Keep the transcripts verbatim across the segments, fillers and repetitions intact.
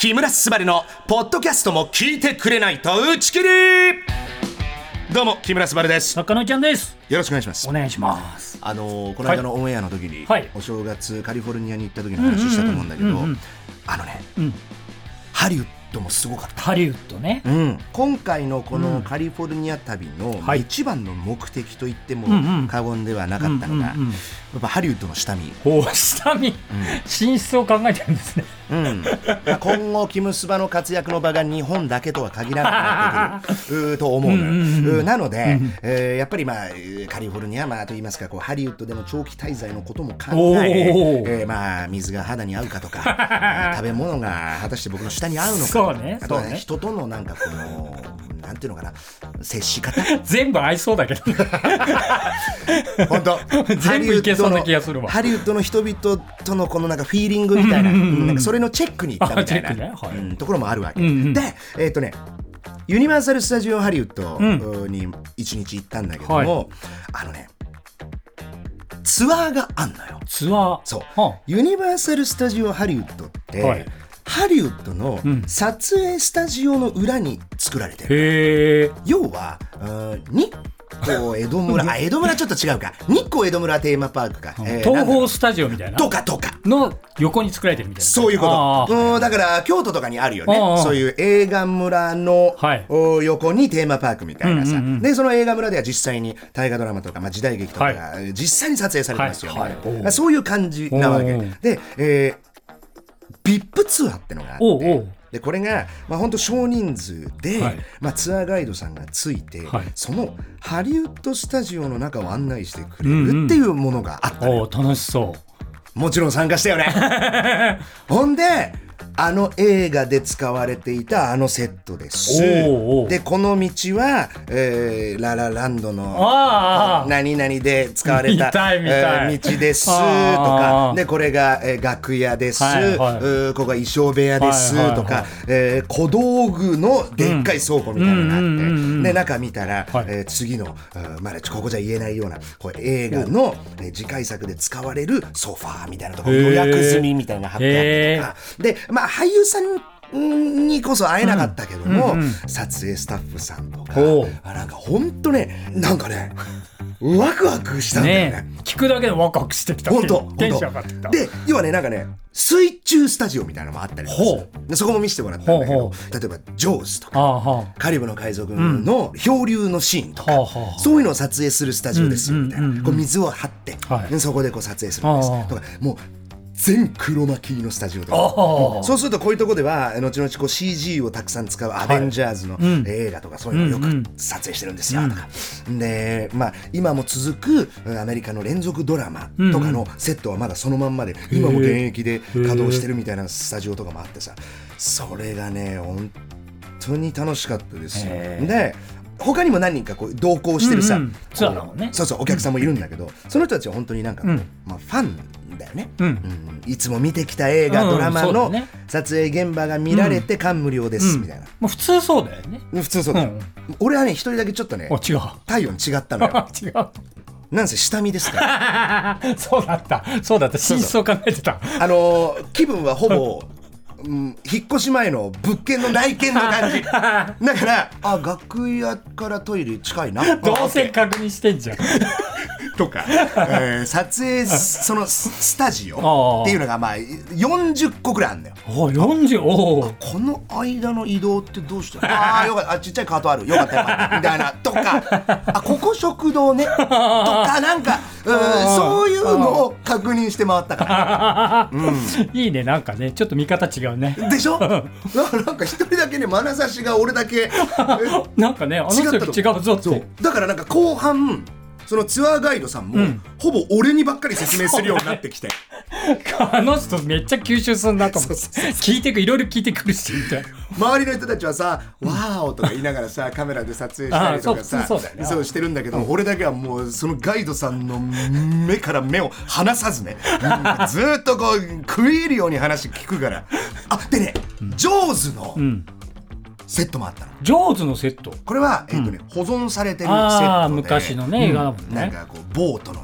木村昴のポッドキャストも聞いてくれないと打ち切り。どうも木村昴です。 中野ちゃんです。 よろしくお願いします。 お願いします。 あのー、この間のオンエアの時に、 はい、 お正月カリフォルニアに行った時の話したと思うんだけど、あのね、うん、ハリウッドもすごかった。 ハリウッドね、 うん、今回のこのカリフォルニア旅の一番の目的といっても過言ではなかったのが、やっぱハリウッドの下見。 お下見、うん、進出を考えてるんですね。 うん、今後キムスバの活躍の場が日本だけとは限らなくなってくると思うのよ。うんうんうん、なので、うんえー、やっぱり、まあ、カリフォルニア、まあ、といいますかこうハリウッドでの長期滞在のことも考ええーまあ、水が肌に合うかとか食べ物が果たして僕の舌に合うのかとか、 ね、 あとは、ね、人とのなんかこのなんていうのかな接し方全部合いそうだけど本当全部いけそうな気がするわ。 ハリウッドの人々とのこのなんかフィーリングみたいな、なんかそれのチェックに行ったみたいな、ねはいうん、ところもあるわけ、うんうん、で、えーっとね、ユニバーサル・スタジオ・ハリウッドに一日行ったんだけども、はい、あのねツアーがあんのよ。 ツアーそう、はあ、ユニバーサル・スタジオ・ハリウッドって、はい、ハリウッドの撮影スタジオの裏に作られてる、うん、へ要は日光江戸村あ江戸村ちょっと違うか日光江戸村テーマパークか、 うんえー、東宝スタジオみたいなとかとかの横に作られてるみたいなそういうこと、うん、だから京都とかにあるよねそういう映画村の、はい、横にテーマパークみたいなさ、うんうんうん、でその映画村では実際に大河ドラマとか、まあ、時代劇とかが実際に撮影されてますよ、はいはいはい、そういう感じなわけで、えーブイアイピー ツアーってのがあっておうおうでこれが、まあ、本当少人数で、はいまあ、ツアーガイドさんがついて、はい、そのハリウッドスタジオの中を案内してくれるっていうものがあったのよ、 うんうん、お楽しそうもちろん参加したよねほんであの映画で使われていたあのセットですおうおうでこの道は、えー、ララランドの何々で使われた、えー、道ですとかでこれが、えー、楽屋です、はいはい、ここが衣装部屋です、はいはいはい、とか、えー、小道具のでっかい倉庫みたいなのがあって、うん、で中見たら、はいえー、次の、まあ、ここじゃ言えないようなこう映画の、えー、次回作で使われるソファーみたいなところ予約済みみたいなのが貼ってあってとかでまあ俳優さんにこそ会えなかったけども、うんうんうん、撮影スタッフさんとかあなんかほんとねなんかねワクワクしたんだよね。 ね聞くだけでワクワクしてきた。 ほんとテンション上がってきた。 で要はねなんかね水中スタジオみたいなのもあったりとかするでそこも見せてもらったんだけど例えばジョーズとかああカリブの海賊の漂流のシーンとか、うん、そういうのを撮影するスタジオですよみたいな、うんうんうん、こう水を張って、はい、そこでこう撮影するんですとかもう全黒巻きのスタジオで、うん、そうするとこういうところでは後々こう シージー をたくさん使うアベンジャーズの映画とかそういうのをよく撮影してるんですよ、うん、とかで、まあ、今も続くアメリカの連続ドラマとかのセットはまだそのまんまで今も現役で稼働してるみたいなスタジオとかもあってさそれがね本当に楽しかったですよ。で他にも何人かこう同行してるさ、うんうん、ツアーだもんね。そうそうお客さんもいるんだけど、うん、その人たちは本当になんか、うんまあ、ファンだよね、うんうん、いつも見てきた映画、うん、ドラマの撮影現場が見られて感無量です、うん、みたいな、 まあ、普通そうだよね。 普通そうだよ、うん、俺はね一人だけちょっとね違う体温違ったのよ違うなんせ下見ですからそうだったそうだった真相を考えてたあのー、気分はほぼうん、引っ越し前の物件の内見の感じだからあ楽屋からトイレ近いなどうせ確認してんじゃんとか、えー、撮影そのスタジオっていうのがまあよんじゅっこくらいあるんだよ。 およんじゅうおこの間の移動ってどうしてあよかったあちっちゃいカートあるよかったよかったみたいなとかあここ食堂ねとかなんかうんそういうのを確認して回ったから、 うん、いいねなんかねちょっと見方違うねでしょなんか一人だけね眼差しが俺だけなんかねあの人違うぞってそうだからなんか後半そのツアーガイドさんも、うん、ほぼ俺にばっかり説明するようになってきてあの人めっちゃ吸収するなと思って聞いてくいろいろ聞いてくるしみたいな周りの人たちはさ、うん、ワーオとか言いながらさカメラで撮影したりとかさ そ, う そう, そうしてるんだけど、うん、俺だけはもうそのガイドさんの目から目を離さずね、うん、ずっとこう食い入るように話聞くからあでね、うん、ジョーズの、うんセットもあったの。 ジョーズのセットこれは、えーとねうん、保存されてるセットであ昔のね映画だもんね、 うん、なんかこうボートの跡とか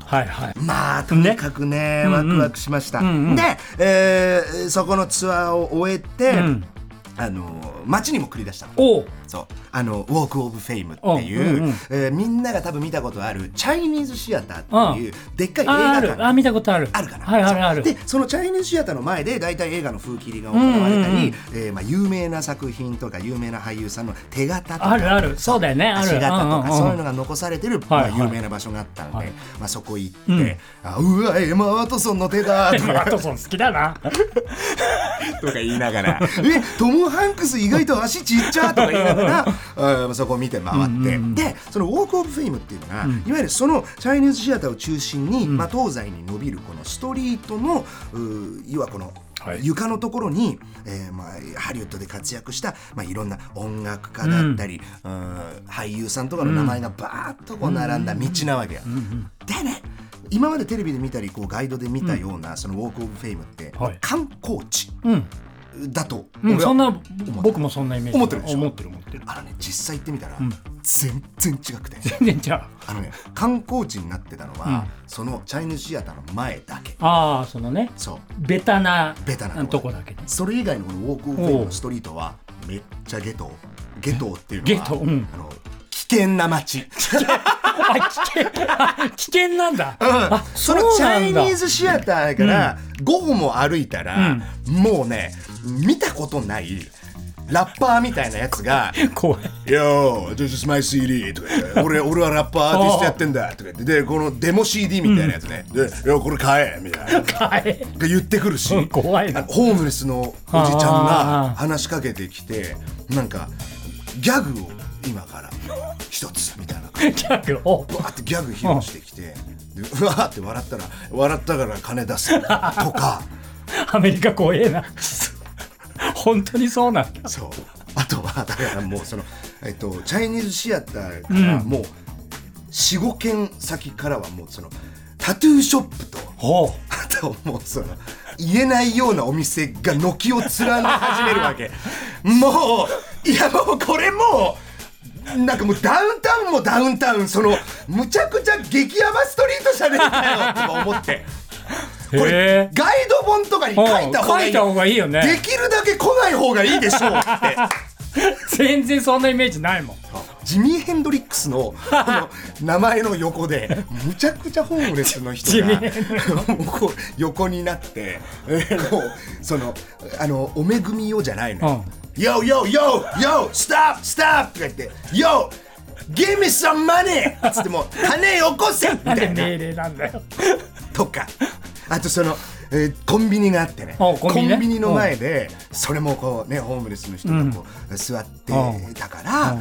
はいはい、 まあとにかくね、ね、ワクワクしました、うんうん、で、えー、そこのツアーを終えて、うん、あの街にも繰り出したの。 おそうあのウォーク・オブ・フェイムっていう、うんうん、えー、みんなが多分見たことあるチャイニーズシアターっていうでっかい映画館あるあ見たことあるあるかな、 はい、あるある。 でそのチャイニーズシアターの前で大体映画の風切りが行われたり、うんうんうん、えーまあ、有名な作品とか有名な俳優さんの手形とかあるあるそうだよねある足形とか、うんうんうん、そういうのが残されてる、まあ、 はいはい、 有名な場所があったので、はい、まあ、そこ行って、うん、あうわエマ・ワトソンの手だとかエマ・ワトソン好きだなとか言いながらえトム・ハンクス意外と足ちっちゃとか言いながらあそこを見て回って、うんうん、でそのウォーク・オブ・フェイムっていうのが、うん、いわゆるそのチャイニーズシアターを中心に、うん、まあ、東西に伸びるこのストリートのいわこの床のところに、えーまあ、ハリウッドで活躍した、まあ、いろんな音楽家だったり、うん、俳優さんとかの名前がバーッとこう並んだ道なわけよ、うんうん、でね今までテレビで見たりこうガイドで見たような、うん、そのウォーク・オブ・フェイムって、はい、観光地、うんだと、 うん、そんな僕もそんなイメージ思ってるでしょ。 思ってる思ってる。 あのね実際行ってみたら、うん、全然違くて全然違う。 あのね観光地になってたのは、うん、そのチャイニーズシアターの前だけ。 ああそのねそうベタなベタなとこだけ、ね、 それ以外のこのウォーク・オブ・フェイムのストリートはめっちゃゲトゲトっていうのはゲト、うん、 あの危険な街あ危険危険なんだ、 うん、あそのチャイニーズシアターからご歩も歩いたら、うん、もうね見たことないラッパーみたいなやつが怖い Yo, this is my シーディー とか言って俺, 俺はラッパーアーティストやってんだとか言ってでこのデモ シーディー みたいなやつね、うん、でよこれ買えみたいな買えが言ってくるし怖いなホームレスのおじちゃんが話しかけてきてなんかギャグを今から一つみたいなギャグをわーってギャグ披露してきてでうわーって笑ったら笑ったから金出すとかアメリカ怖えな本当にそうなんだ。 そうあとはだからもうその、えっと、チャイニーズシアターからもう よん,ご 軒先からはもうそのタトゥーショップとあともうその言えないようなお店が軒を連ね始めるわけもういやもうこれもうなんかもうダウンタウンもダウンタウンそのむちゃくちゃ激ヤバストリートじゃねえかよとか思ってこれガイド本とかに書いた方がいい、 書いた方がいいよね。 できるだけ来ない方がいいでしょうって全然そんなイメージないもん。 ジミー・ヘンドリックス の, この名前の横でむちゃくちゃホームレスの人がこう横になってもうそのあのおめぐみよじゃないのよ、うん、Yo yo yo yo stop stop とか言って Yo give me some money つっても金よこせみたいな命令なんだよとかあとその、えー、コンビニがあってねコンビニね、コンビニの前でそれもこうねホームレスの人がこう、うん、座ってたから、うん、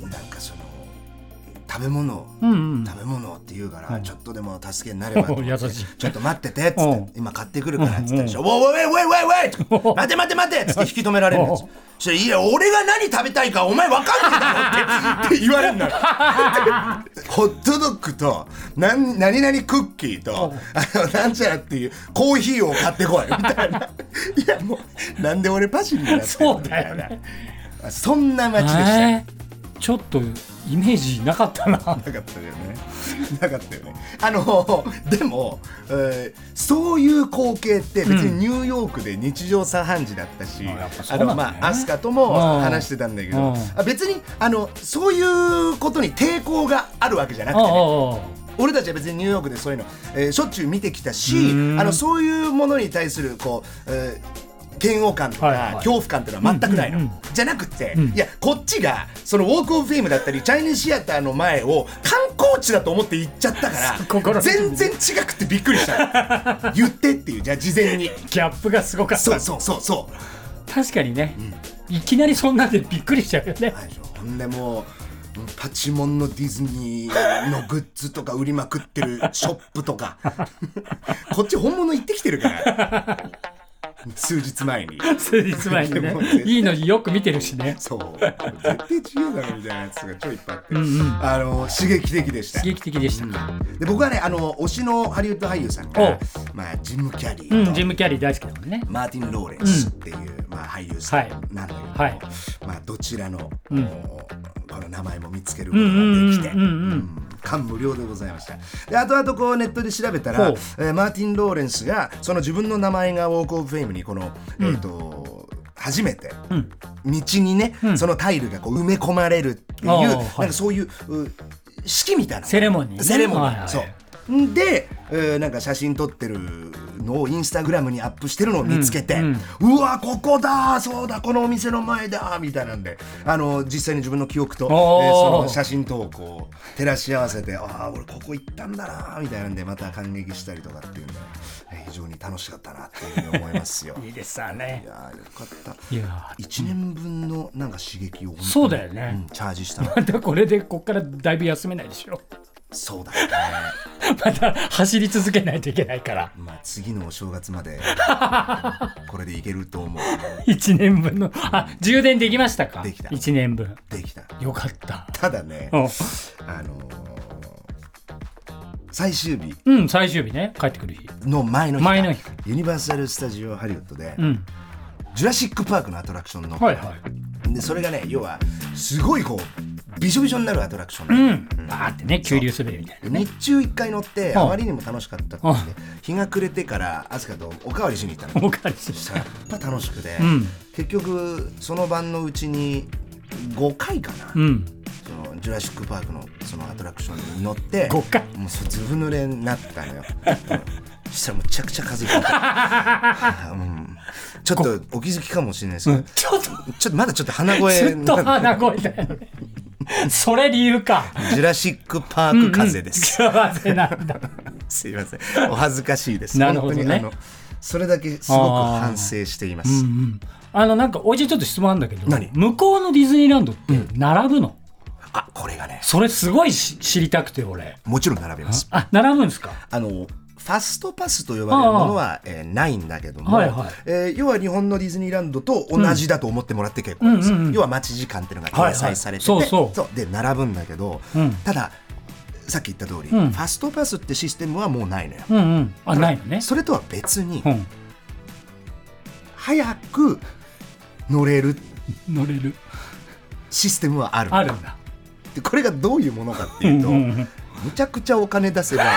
なんかその食べ物、うんうん、食べ物って言うから、はい、ちょっとでも助けになればと優しいちょっと待っててっつって今買ってくるからっつったでしょ、うんうん、ウェイウェイウェイウェイ待て待て待てっつって引き止められるんですよそれいや俺が何食べたいかお前分かんねえだろってって言われるんだよホットドッグと何何々クッキーとあのなんちゃらっていうコーヒーを買ってこいみたいないやもうなんで俺パシリになってるそうだよねそんな街でした、 えー、ちょっとイメージなかったななかったよねなかったよねあのでも、えー、そういう光景って別にニューヨークで日常茶飯事だったし、うん、ああのまあアスカとも話してたんだけど、うん、別にあのそういうことに抵抗があるわけじゃなくてね俺たちは別にニューヨークでそういうの、えー、しょっちゅう見てきたしあのそういうものに対するこう、えー嫌悪感とか恐怖感っていうのは全くないの、うんうんうん、じゃなくて、うん、いやこっちがそのウォークオブフェイムだったりチャイニーズシアターの前を観光地だと思って行っちゃったから全然違くてびっくりした言ってっていうじゃあ事前にギャップがすごかったそうそうそうそう確かにね、うん、いきなりそんなんでびっくりしちゃうよね、 はい、ほんでもうパチモンのディズニーのグッズとか売りまくってるショップとかこっち本物行ってきてるから数日前に数日前にねいいのによく見てるしねそう絶対違うだろみたいなやつがちょいいっぱいあって、うんうん、あの刺激的でした刺激的でした、 うん、で僕はねあの推しのハリウッド俳優さんが、まあ、ジム・キャリーと、 うん、ジム・キャリー大好きだもんねマーティン・ローレンスっていう、うんまあ、俳優さんなんだけど、はいまあ、どちらの、うん、この名前も見つけることができて、うんうんうんうん感無量でございました。で後々こうネットで調べたら、えー、マーティン・ローレンスがその自分の名前がウォーク・オブ・フェイムにこの、うん、えーと初めて、うん、道にね、うん、そのタイルがこう埋め込まれるっていう、はい、なんかそういう式みたいなセレモニー、ね、 セレモニー、 はいはい、 そうで、えー、なんか写真撮ってるのをインスタグラムにアップしてるのを見つけて、うんうん、うわここだそうだこのお店の前だみたいなんであの実際に自分の記憶と、えー、その写真とをこう照らし合わせてああ俺ここ行ったんだなみたいなんでまた感激したりとかっていうんで、えー、非常に楽しかったなっていうふうに思いますよ。 いいですよね。 いやよかった。 いやいちねんぶんのなんか刺激をそうだよね、 うん、チャージしたまたこれでこっからだいぶ休めないでしょ。 そうだねまた走り続けないといけないから、 まあ、次のお正月までこれでいけると思ういちねんぶんのあ充電できましたか。 できたいちねんぶんできたよかった。 ただねあのー、最終日うん最終日ね帰ってくる日の前の日前の日ユニバーサル・スタジオ・ハリウッドで、うん、ジュラシック・パークのアトラクションの、 はいはい、 でそれがね要はすごいこうびしょびしょになるアトラクションで、 うん、バーってね急流滑りみたいな、 ね、日中いっかい乗ってあまりにも楽しかったって日が暮れてからアスカとおかわりしに行ったの。 おかわりしに行ったやっぱ楽しくて、 うん、 結局その晩のうちにごかいかな、うん、そのジュラシック・パークのそのアトラクションに乗ってごかいもうずぶ濡れになったのよそしたらむちゃくちゃ風邪ひいた、うん、ちょっとお気づきかもしれないですけど、うん、ちょっとちょっとまだちょっと鼻声ずっと鼻声だよねそれ理由か。 ジュラシック・パーク風邪です、 うんうん、風なんだすいませんお恥ずかしいです。 なるほどね。 本当にあのそれだけすごく反省しています。あ、うんうん、 あのなんかおじちょっと質問あるんだけど何向こうのディズニーランドって並ぶの、うん、 あこれがねそれすごい知りたくて俺もちろん並びます。 あ並ぶんですか。 あのファストパスと呼ばれるものは、えー、ないんだけども、はいはい、えー、要は日本のディズニーランドと同じだと思ってもらって結構です、うんうんうん、要は待ち時間っていうのが掲載されてて、はいはい、そうそうそうで並ぶんだけど、うん、たださっき言った通り、うん、ファストパスってシステムはもうないのよ、 うんうん、あないのね。 それとは別に、うん、早く乗れる乗れるシステムはあるあるんだ。 でこれがどういうものかっていうと、うんうんうん、むちゃくちゃお金出せば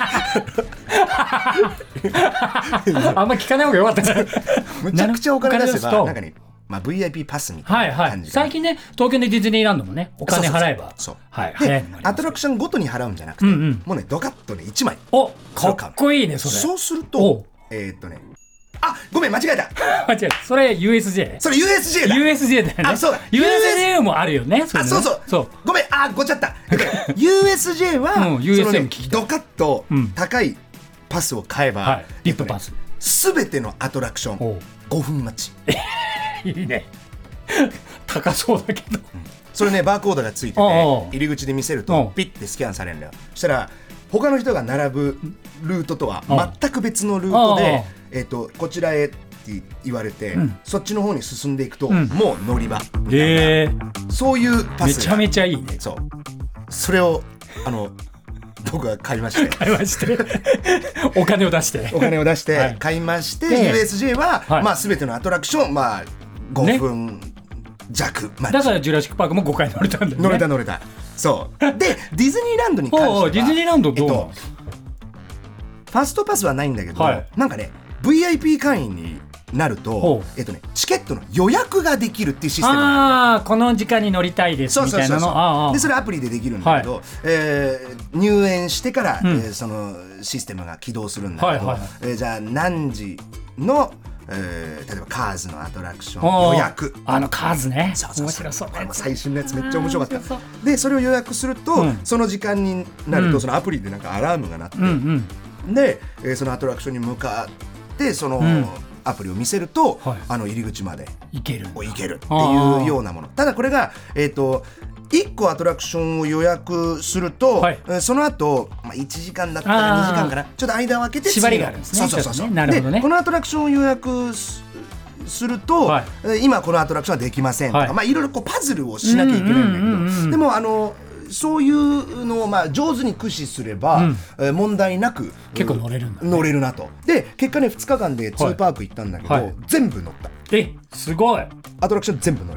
あんま聞かない方がよかったむちゃくちゃお金出せばなんかね、まあ、ブイアイピー パスみたいな感じ、はいはい、 最近ね東京でディズニーランドもねお金払えばそうそうそう、 はい、 でアトラクションごとに払うんじゃなくて、うんうん、もうねドカッとねいちまいおかっこいいねそれ。 そうするとえー、っとねあごめん間違えた間違えたそれ ユーエスジェーそれ ユーエスジェー だユーエスジェー だよね。 あそうだユーエスジェー もあるよね。 それねあそうそうそうごめんあごっちゃったユーエスジェー は、うん、ユーエスジェー も聞きたい。ドカッと高いパスを買えば、うんはい、 リップパスすべ、ね、てのアトラクションごふん待ちいいね高そうだけど、うん、 それねバーコードがついてて入り口で見せるとピッてスキャンされるんだよ。そしたら他の人が並ぶルートとは全く別のルートで、えー、とこちらへって言われて、うん、そっちの方に進んでいくと、うん、もう乗り場みたいな、えー、そういうパスめちゃめちゃいいね。 そうそれをあの僕は買いまして買いましてお金を出してお金を出して買いまして、はい、ユーエスジェー は、はいまあ、全てのアトラクション、まあ、ごふん弱、ね、 だからジュラシックパークもごかい乗れたんだよね。 乗れた乗れたそうでディズニーランドに関してはディズニーランドどう、えっと、 ファストパスはないんだけど、はい、なんかね ブイアイピー 会員になると、えっとね、チケットの予約ができるっていうシステムがある。あこの時間に乗りたいですみたいなの。 でそれアプリでできるんだけど、はいえー、入園してから、うんえー、そのシステムが起動するんだけど、はいはいえー、じゃあ何時の、えー、例えばカーズのアトラクション予約あのカーズねそうそうそう面白そう、ね、 最新のやつめっちゃ面白かったでそれを予約すると、うん、その時間になると、うん、そのアプリでなんかアラームが鳴って、うんうん、で、えー、そのアトラクションに向かってその、うんアプリを見せると、はい、あの入り口まで行ける行けるっていうようなもの。ただこれが、えーと、いっこアトラクションを予約すると、はい、その後、まあ、いちじかんだったらにじかんかなちょっと間を空けて縛りがあるんですね。 そうそうそうそう、 ね、なるほどね。 でこのアトラクションを予約すると、はい、今このアトラクションはできませんとか、はいまあ、いろいろこうパズルをしなきゃいけないんだけど、うんうんうんうん、でもあのそういうのをまあ上手に駆使すれば、うんえー、問題なく結構乗れるんだ、ね、 乗れるなと。で結果ねふつかかんでにパーク行ったんだけど、はいはい、全部乗った。 えすごいアトラクション全部乗れた。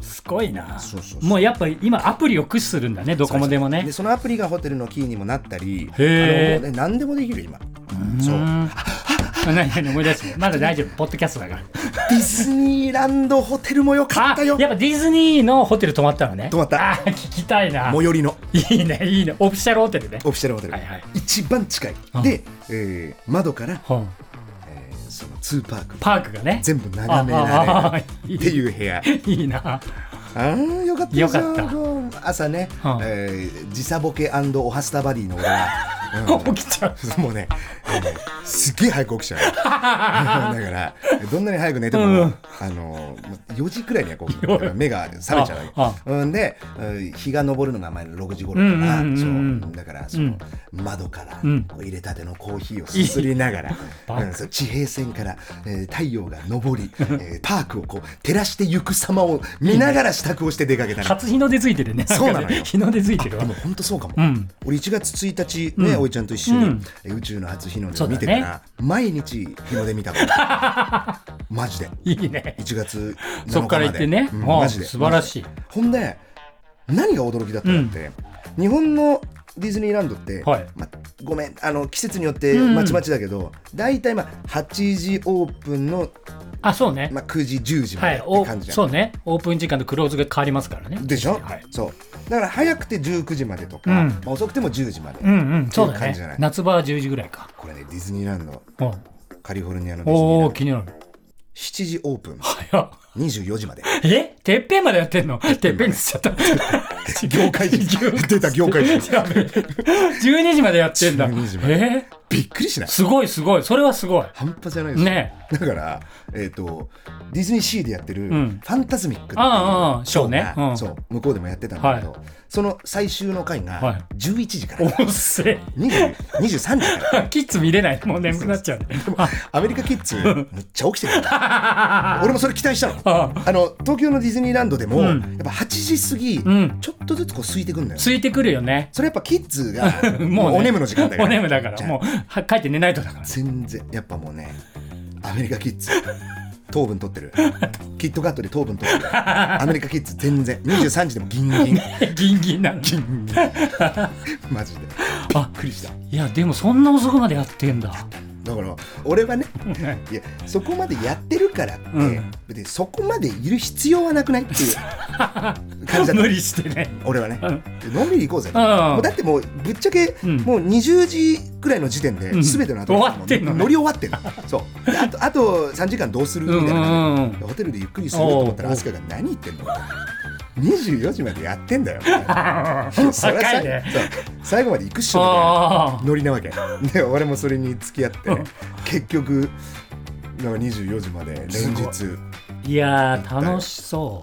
すごいな。 そうそうそう、 もうやっぱり今アプリを駆使するんだね、どこまでもね。 でそのアプリがホテルのキーにもなったり、 へー、 あのもう、ね、何でもできる今。 うん、そう何何思い出してまだ大丈夫、ポッドキャストだからディズニーランドホテルも良かったよ。 やっぱディズニーのホテル泊まったのね。 泊まった。 あ聞きたいな。 最寄りのいいねいいね、オフィシャルホテルね。 オフィシャルホテル、 はいはい、 一番近い、 うん、 で、えー、窓から、 うん、 えー、そのツーパークパークがね全部眺められるっていう部屋。 いいな。 あーよかったですよ。 よかった朝ね、 うん、 えー、時差ボケ&おはスタバディの俺は、 うん、起きちゃう。 もうね、すっげえ早く起きちゃうだからどんなに早く寝ても、うん、あのよじくらいにはこう目が覚めちゃう。うんで、日が昇るのが前のろくじ頃から、うんうんうんうん、そうだからその、うん、窓からこう入れたてのコーヒーをすすりながら、うん、そう地平線から、えー、太陽が昇り、えー、パークをこう照らしてゆく様を見ながら支度をして出かけた。 初日の出ついてるね。 そうなのよ。 日の出ついてるわ。 でも本当そうかも、うん、俺いちがつついたちね、うん、おいちゃんと一緒に、うん、宇宙の初日の出を見てから、ね、毎日日の出見たからマジでいいね。 いちがつなのかまでそっから行ってね、うん、マジで素晴らしい。 ほんで何が驚きだったのって、うん、日本のディズニーランドって、はい、ま、ごめんあの季節によってまちまちだけど、だいたいまはちじオープンのあそうね、 まあ、くじじゅうじまでって感じじゃん、 はい、そうね、オープン時間とクローズが変わりますからね。 でしょ、はい、そうだから早くてじゅうくじまでとか、うんまあ、遅くてもじゅうじまでっていう感じじゃない、うんうんね、 夏場はじゅうじぐらいか。 これねディズニーランド、うん、カリフォルニアのディズニーランド、おー気になる。 しちじオープン、 早っ、 にじゅうよじまで。 えてっぺんまでやってんの？てっぺんにしちゃった業界人出た業界人じゅうにじまでやってんだ。 じゅうにじまで、えー、びっくりしない？ すごいすごい、それはすごい、 半端じゃないですね。 だから、えー、とディズニーシーでやってる、うん、ファンタズミックっていうショーが、ねうん、 そう向こうでもやってたんだけど、はい、その最終の回がじゅういちじから、 はい、おっせにじゅう、にじゅうさんじからキッズ見れない、もう眠くなっちゃう、ね、でもアメリカキッズめっちゃ起きてる俺もそれ期待したのあの東京のディズニーランドでも、うん、やっぱはちじ過ぎ、うん、ちょっとずつこう空いてくるんだよ、ね、 空いてくるよね。 それやっぱキッズがもうお眠の時間だから、 お眠だからもう帰って寝ないとだから、 全然やっぱもうねアメリカキッズ糖分取ってるキットカットで糖分取ってるアメリカキッズ全然にじゅうさんじでもギンギンギンギンなのギンギンマジでびっくりした。 いやでもそんな遅くまでやってんだ。 だから俺はねいやそこまでやってるからって、うん、別にそこまでいる必要はなくないっていう感じだった無理してね俺はね、うん、のんびり行こうぜ、うん、もうだってもうぶっちゃけ、うん、もうにじゅうじくらいの時点で全ての後、 うん、終わってんの、ね、 乗り終わってるそうあと、あとさんじかんどうするみたいな感じでホテルでゆっくりすると思ったらアスカが何言ってんのにじゅうよじまでやってんだよそれさね、最後まで行くっしょみたいなノリなわけで俺もそれに付き合って、ね、結局なんかにじゅうよじまで連日。 いやー楽しそう、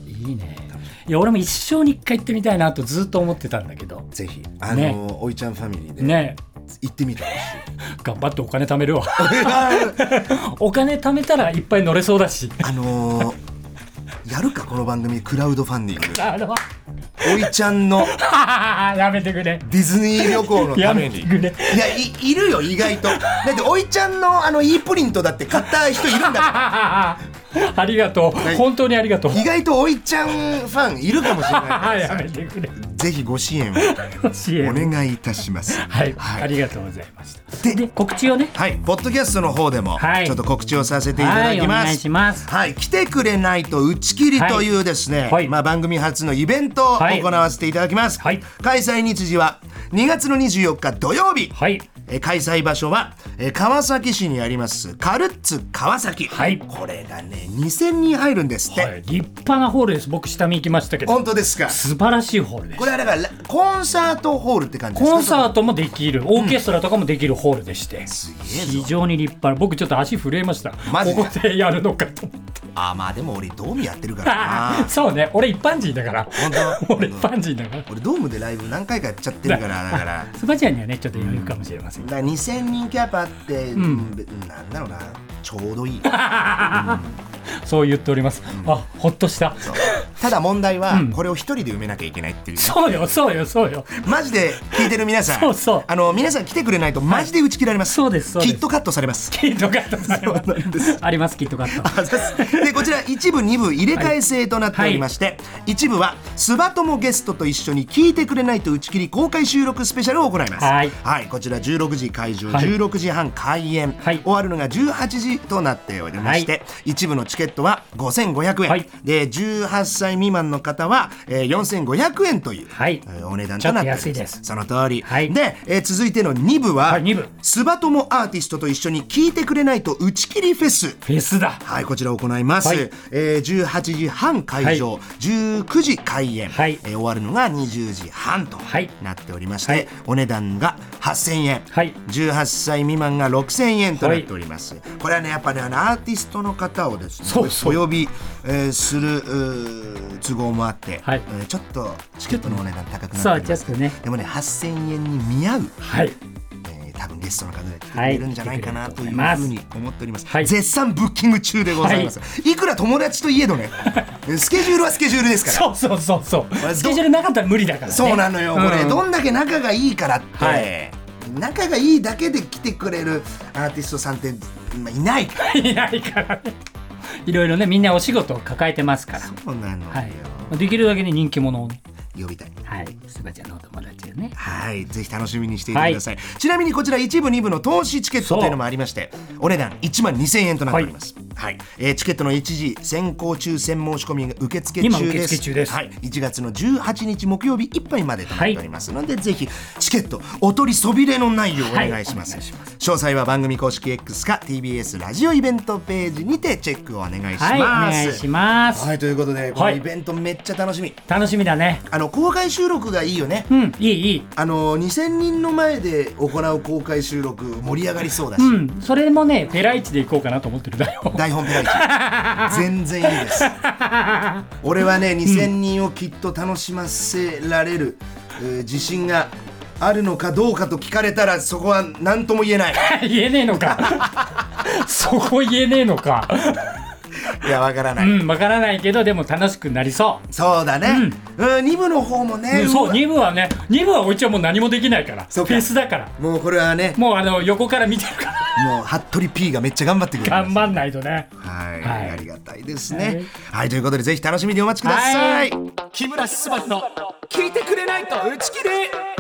いいね。いや俺も一生に一回行ってみたいなとずっと思ってたんだけど、 ぜひあの、ね、おいちゃんファミリーで、 ね、 行ってみてほしい。 頑張ってお金貯めるわお金貯めたらいっぱい乗れそうだし、 あのーやるかこの番組クラウドファンディングおいちゃんのやめてくれディズニー旅行のために。いや い, いるよ意外と。だっておいちゃんのあの e プリントだって買った人いるんだからありがとう、はい、本当にありがとう。 意外とおいちゃんファンいるかもしれないやめてくれ。 ぜひご支援をお願いいたします。 はい、はい、ありがとうございました。で, で告知をね、 はい、ポッドキャストの方でもちょっと告知をさせていただきます。はい、お願いします。はい、来てくれないと打ち切りというですね、はい、まあ、番組初のイベントを行わせていただきます。はい、開催日時はにがつのにじゅうよっか土曜日。はい、え開催場所はえ川崎市にありますカルッツ川崎。はい、これがねにせんにん入るんですって。はい、 立派なホールです。僕下見行きましたけど。 本当ですか。 素晴らしいホールです。 これはだからコンサートホールって感じですか。 コンサートもできる、オーケストラとかもできるホールでして、うん、非常に立派な。僕ちょっと足震えました。マジでここでやるのかと思って。 あ、まあでも俺ドームやってるからなそうね、俺一般人だから。本当俺一般人だから俺ドームでライブ何回かやっちゃってるからだからスバちゃんにはねちょっと余裕かもしれません。 だからにせんにんキャパって、うん、なんだろうな、ちょうどいい、うんそう言っております、うん、あ、ほっとした。 ただ問題は、うん、これを一人で埋めなきゃいけないっていう。 そうよそうよそうよ、 マジで聞いてる皆さん、 そうそう、 あの皆さん来てくれないとマジで打ち切られます、 はい、そうですそうです、 キットカットされます。 キットカットされますそうなんですあります、キットカットでこちら一部二部入れ替え制となっておりまして、はいはい、一部はスバ友ゲストと一緒に聞いてくれないと打ち切り公開収録スペシャルを行います。はい、はい、こちらじゅうろくじ開場、はい、じゅうろくじはん開演、はい、終わるのがじゅうはちじとなっておりまして、はい、一部のチケットはごせんごひゃくえん、はい、でじゅうはっさい未満の方は、えー、よんせんごひゃくえんという、はい、お値段となっております。 ちょっと安いです。 その通り、はい、で、えー、続いてのに部は、はい、スバ友アーティストと一緒に聞いてくれないと打ち切りフェスフェスだ、 はい、こちらを行います、はい、えー、じゅうはちじはん開場、はい、じゅうくじ開演、はい、えー、終わるのがにじゅうじはんとなっておりまして、はい、お値段がはっせんえん、はい、じゅうはっさい未満がろくせんえんとなっております、はい、これはねやっぱねあのアーティストの方をですねそうそうお呼び、えー、する都合もあって、はい、えー、ちょっとチケットのお値段高くなっております。そう、ね、でもねはっせんえんに見合う、はい、えー、多分ゲストの方で来てくれるんじゃないかなというふうに思っております、はい、絶賛ブッキング中でございます、はい、いくら友達といえどねスケジュールはスケジュールですからそうそうそうそうスケジュールなかったら無理だからね。 そうなのよ、うん、これどんだけ仲がいいからって、はい、仲がいいだけで来てくれるアーティストさんって、まあ、いないからいないからねいろいろねみんなお仕事を抱えてますから。 そうなのよ、 はい、できるだけに人気者をね呼びたい。 はい、すばちゃんのお友達をね。 はい、ぜひ楽しみにしていてください、はい、ちなみにこちら一部二部の投資チケットというのもありましてお値段いちまんにせんえんとなっております、はいはい、えー、チケットの一時先行抽選申し込みが受付中です。今受付中です、はい、いちがつのじゅうはちにち木曜日いっぱいまでとなっております、はい、のでぜひチケットお取りそびれのないようお願いします、はい、詳細は番組公式 X か ティービーエス ラジオイベントページにてチェックをお願いします、はい、お願いします、はい、ということでこのイベントめっちゃ楽しみ、 はい、楽しみだね。 あの公開収録がいいよね。 うん、いいいい。 あのにせんにんの前で行う公開収録盛り上がりそうだし、うん、それもねペライチでいこうかなと思ってるだよ。 台本ペライチ全然いいです俺はねにせんにんをきっと楽しませられる、えー、自信があるのかどうかと聞かれたらそこは何とも言えない言えねえのかそこ言えねえのかいやわからない、 うん、わからないけどでも楽しくなりそう。 そうだね、うんうん、に部の方もね、 うん、そうに部はねに部はおいちはもう何もできないからフェスだからもうこれはねもうあの横から見てるからもう服部 P がめっちゃ頑張ってくれる頑張んないとね。 はい、はい、ありがたいですね、はい、はい、ということでぜひ楽しみにお待ちください。 木村昴の聞いてくれないと打ち切り。